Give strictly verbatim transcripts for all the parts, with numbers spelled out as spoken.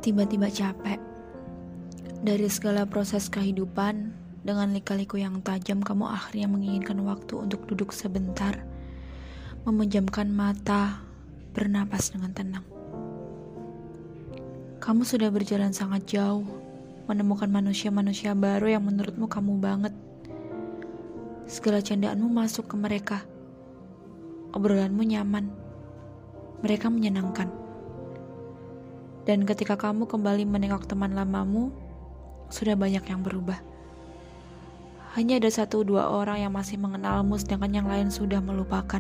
Tiba-tiba capek. Dari segala proses kehidupan, dengan lika-liku yang tajam, kamu akhirnya menginginkan waktu untuk duduk sebentar, memejamkan mata, bernapas dengan tenang. Kamu sudah berjalan sangat jauh, menemukan manusia-manusia baru yang menurutmu kamu banget. Segala candaanmu masuk ke mereka. Obrolanmu nyaman. Mereka menyenangkan. Dan ketika kamu kembali menengok teman lamamu, sudah banyak yang berubah. Hanya ada satu dua orang yang masih mengenalmu, sedangkan yang lain sudah melupakan.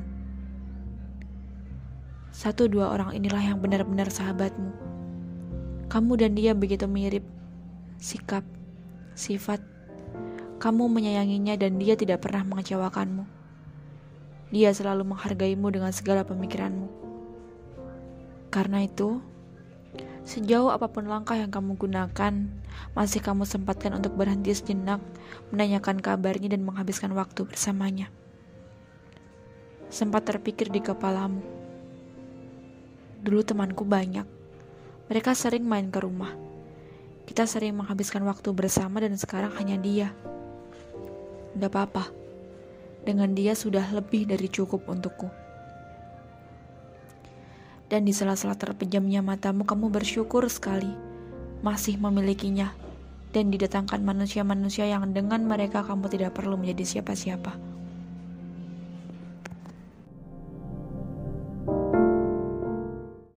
Satu dua orang inilah yang benar-benar sahabatmu. Kamu dan dia begitu mirip, sikap, sifat. Kamu menyayanginya dan dia tidak pernah mengecewakanmu. Dia selalu menghargaimu dengan segala pemikiranmu. Karena itu, sejauh apapun langkah yang kamu gunakan, masih kamu sempatkan untuk berhenti sejenak, menanyakan kabarnya dan menghabiskan waktu bersamanya. Sempat terpikir di kepalamu, dulu temanku banyak. Mereka sering main ke rumah. Kita sering menghabiskan waktu bersama dan sekarang hanya dia. Gak apa-apa. Dengan dia sudah lebih dari cukup untukku. Dan di sela-sela terpejamnya matamu, kamu bersyukur sekali masih memilikinya dan didatangkan manusia-manusia yang dengan mereka kamu tidak perlu menjadi siapa-siapa.